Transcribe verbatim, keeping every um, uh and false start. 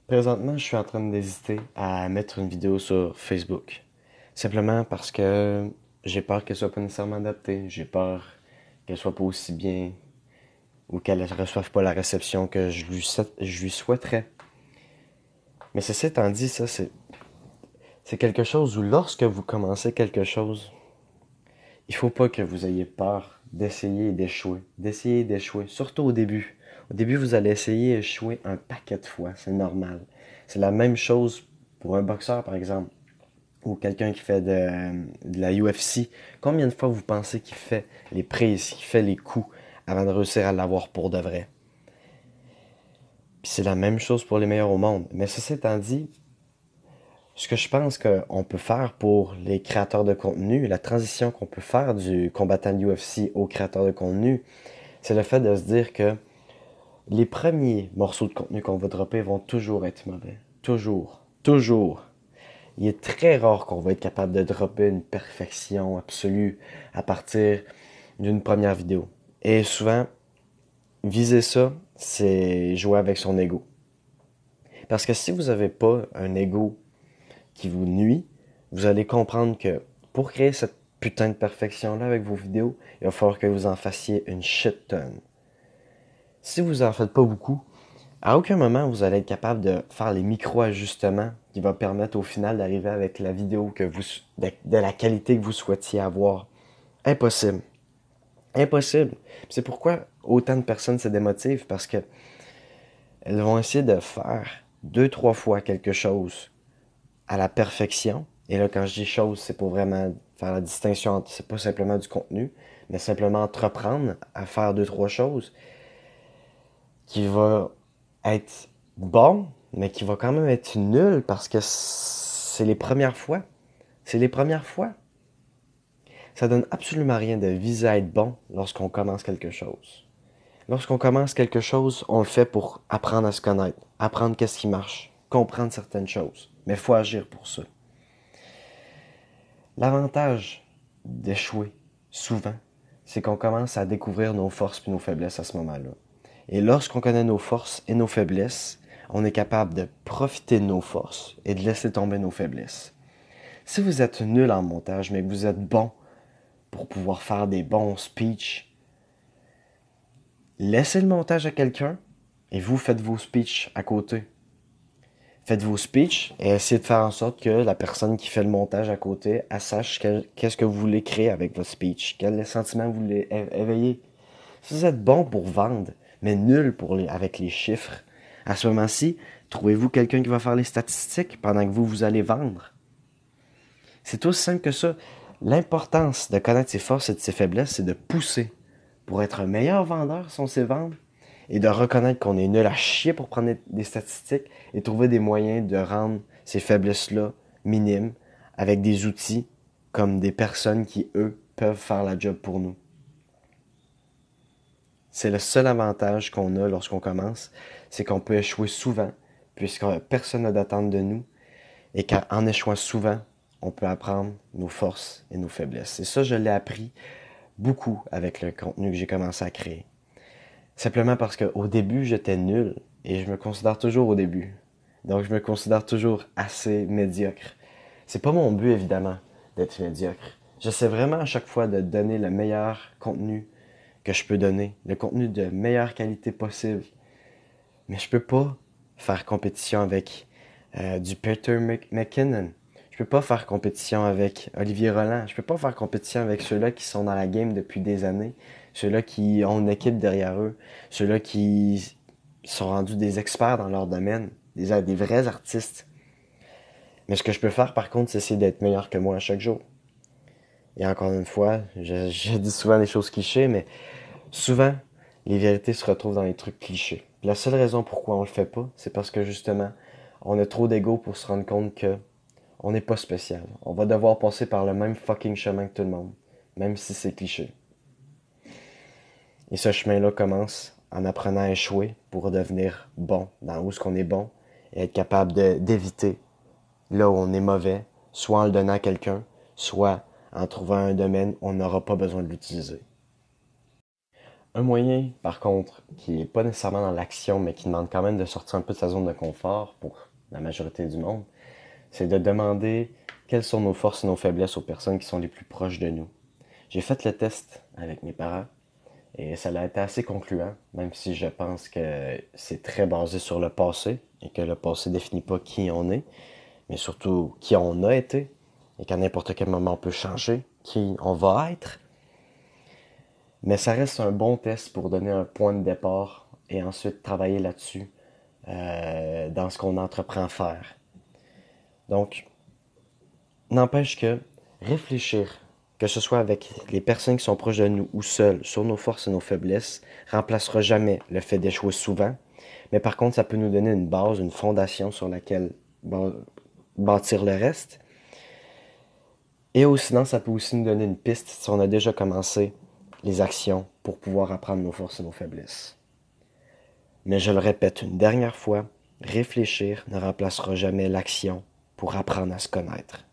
Présentement, je suis en train d'hésiter à mettre une vidéo sur Facebook. Simplement parce que j'ai peur qu'elle soit pas nécessairement adaptée. J'ai peur qu'elle soit pas aussi bien ou qu'elle ne reçoive pas la réception que je lui, je lui souhaiterais. Mais ceci étant dit, ça, c'est, c'est quelque chose où lorsque vous commencez quelque chose, il faut pas que vous ayez peur d'essayer et d'échouer. D'essayer et d'échouer, surtout au début. Au début, vous allez essayer et échouer un paquet de fois, c'est normal. C'est la même chose pour un boxeur, par exemple, ou quelqu'un qui fait de, de la U F C. Combien de fois vous pensez qu'il fait les prises, qu'il fait les coups avant de réussir à l'avoir pour de vrai? Puis c'est la même chose pour les meilleurs au monde. Mais ceci étant dit, ce que je pense qu'on peut faire pour les créateurs de contenu, la transition qu'on peut faire du combattant de U F C au créateur de contenu, c'est le fait de se dire que les premiers morceaux de contenu qu'on va dropper vont toujours être mauvais. Toujours. Toujours. Il est très rare qu'on va être capable de dropper une perfection absolue à partir d'une première vidéo. Et souvent, viser ça, c'est jouer avec son ego. Parce que si vous n'avez pas un ego qui vous nuit, vous allez comprendre que pour créer cette putain de perfection-là avec vos vidéos, il va falloir que vous en fassiez une shit tonne. Si vous en faites pas beaucoup, à aucun moment vous allez être capable de faire les micro-ajustements qui vont permettre au final d'arriver avec la vidéo que vous, de, de la qualité que vous souhaitiez avoir. Impossible. Impossible. C'est pourquoi autant de personnes se démotivent, parce que elles vont essayer de faire deux, trois fois quelque chose à la perfection. Et là, quand je dis chose, c'est pour vraiment faire la distinction entre, c'est pas simplement du contenu, mais simplement entreprendre à faire deux, trois choses qui va être bon, mais qui va quand même être nul parce que c'est les premières fois. C'est les premières fois. Ça donne absolument rien de viser à être bon lorsqu'on commence quelque chose. Lorsqu'on commence quelque chose, on le fait pour apprendre à se connaître, apprendre qu'est-ce qui marche, comprendre certaines choses. Mais il faut agir pour ça. L'avantage d'échouer, souvent, c'est qu'on commence à découvrir nos forces et nos faiblesses à ce moment-là. Et lorsqu'on connaît nos forces et nos faiblesses, on est capable de profiter de nos forces et de laisser tomber nos faiblesses. Si vous êtes nul en montage, mais que vous êtes bon pour pouvoir faire des bons speeches, laissez le montage à quelqu'un et vous faites vos speeches à côté. Faites vos speeches et essayez de faire en sorte que la personne qui fait le montage à côté, elle sache qu'est-ce que vous voulez créer avec votre speech, quel sentiment vous voulez éveiller. Si vous êtes bon pour vendre, mais nul pour les, avec les chiffres, à ce moment-ci, trouvez-vous quelqu'un qui va faire les statistiques pendant que vous, vous allez vendre. C'est aussi simple que ça. L'importance de connaître ses forces et de ses faiblesses, c'est de pousser pour être un meilleur vendeur si on sait vendre et de reconnaître qu'on est nul à chier pour prendre des statistiques et trouver des moyens de rendre ces faiblesses-là minimes avec des outils comme des personnes qui, eux, peuvent faire la job pour nous. C'est le seul avantage qu'on a lorsqu'on commence, c'est qu'on peut échouer souvent, puisque personne n'a d'attente de nous, et qu'en échouant souvent, on peut apprendre nos forces et nos faiblesses. Et ça, je l'ai appris beaucoup avec le contenu que j'ai commencé à créer. Simplement parce qu'au début, j'étais nul, et je me considère toujours au début. Donc, je me considère toujours assez médiocre. C'est pas mon but, évidemment, d'être médiocre. J'essaie vraiment à chaque fois de donner le meilleur contenu que je peux donner, le contenu de meilleure qualité possible. Mais je peux pas faire compétition avec euh, du Peter McKinnon. Je peux pas faire compétition avec Olivier Roland. Je peux pas faire compétition avec ceux-là qui sont dans la game depuis des années. Ceux-là qui ont une équipe derrière eux. Ceux-là qui sont rendus des experts dans leur domaine. Des, des vrais artistes. Mais ce que je peux faire, par contre, c'est essayer d'être meilleur que moi à chaque jour. Et encore une fois, je, je dis souvent des choses clichés, mais souvent, les vérités se retrouvent dans les trucs clichés. La seule raison pourquoi on le fait pas, c'est parce que justement, on a trop d'ego pour se rendre compte que on n'est pas spécial. On va devoir passer par le même fucking chemin que tout le monde, même si c'est cliché. Et ce chemin-là commence en apprenant à échouer pour devenir bon dans où ce qu'on est bon et être capable de, d'éviter là où on est mauvais, soit en le donnant à quelqu'un, soit en trouvant un domaine où on n'aura pas besoin de l'utiliser. Un moyen, par contre, qui n'est pas nécessairement dans l'action, mais qui demande quand même de sortir un peu de sa zone de confort pour la majorité du monde, c'est de demander quelles sont nos forces et nos faiblesses aux personnes qui sont les plus proches de nous. J'ai fait le test avec mes parents et ça a été assez concluant, même si je pense que c'est très basé sur le passé et que le passé définit pas qui on est, mais surtout qui on a été et qu'à n'importe quel moment on peut changer qui on va être. Mais ça reste un bon test pour donner un point de départ et ensuite travailler là-dessus euh, dans ce qu'on entreprend à faire. Donc, n'empêche que réfléchir, que ce soit avec les personnes qui sont proches de nous ou seuls, sur nos forces et nos faiblesses, remplacera jamais le fait d'échouer souvent. Mais par contre, ça peut nous donner une base, une fondation sur laquelle bâtir le reste. Et sinon, ça peut aussi nous donner une piste si on a déjà commencé les actions pour pouvoir apprendre nos forces et nos faiblesses. Mais je le répète une dernière fois, réfléchir ne remplacera jamais l'action pour apprendre à se connaître.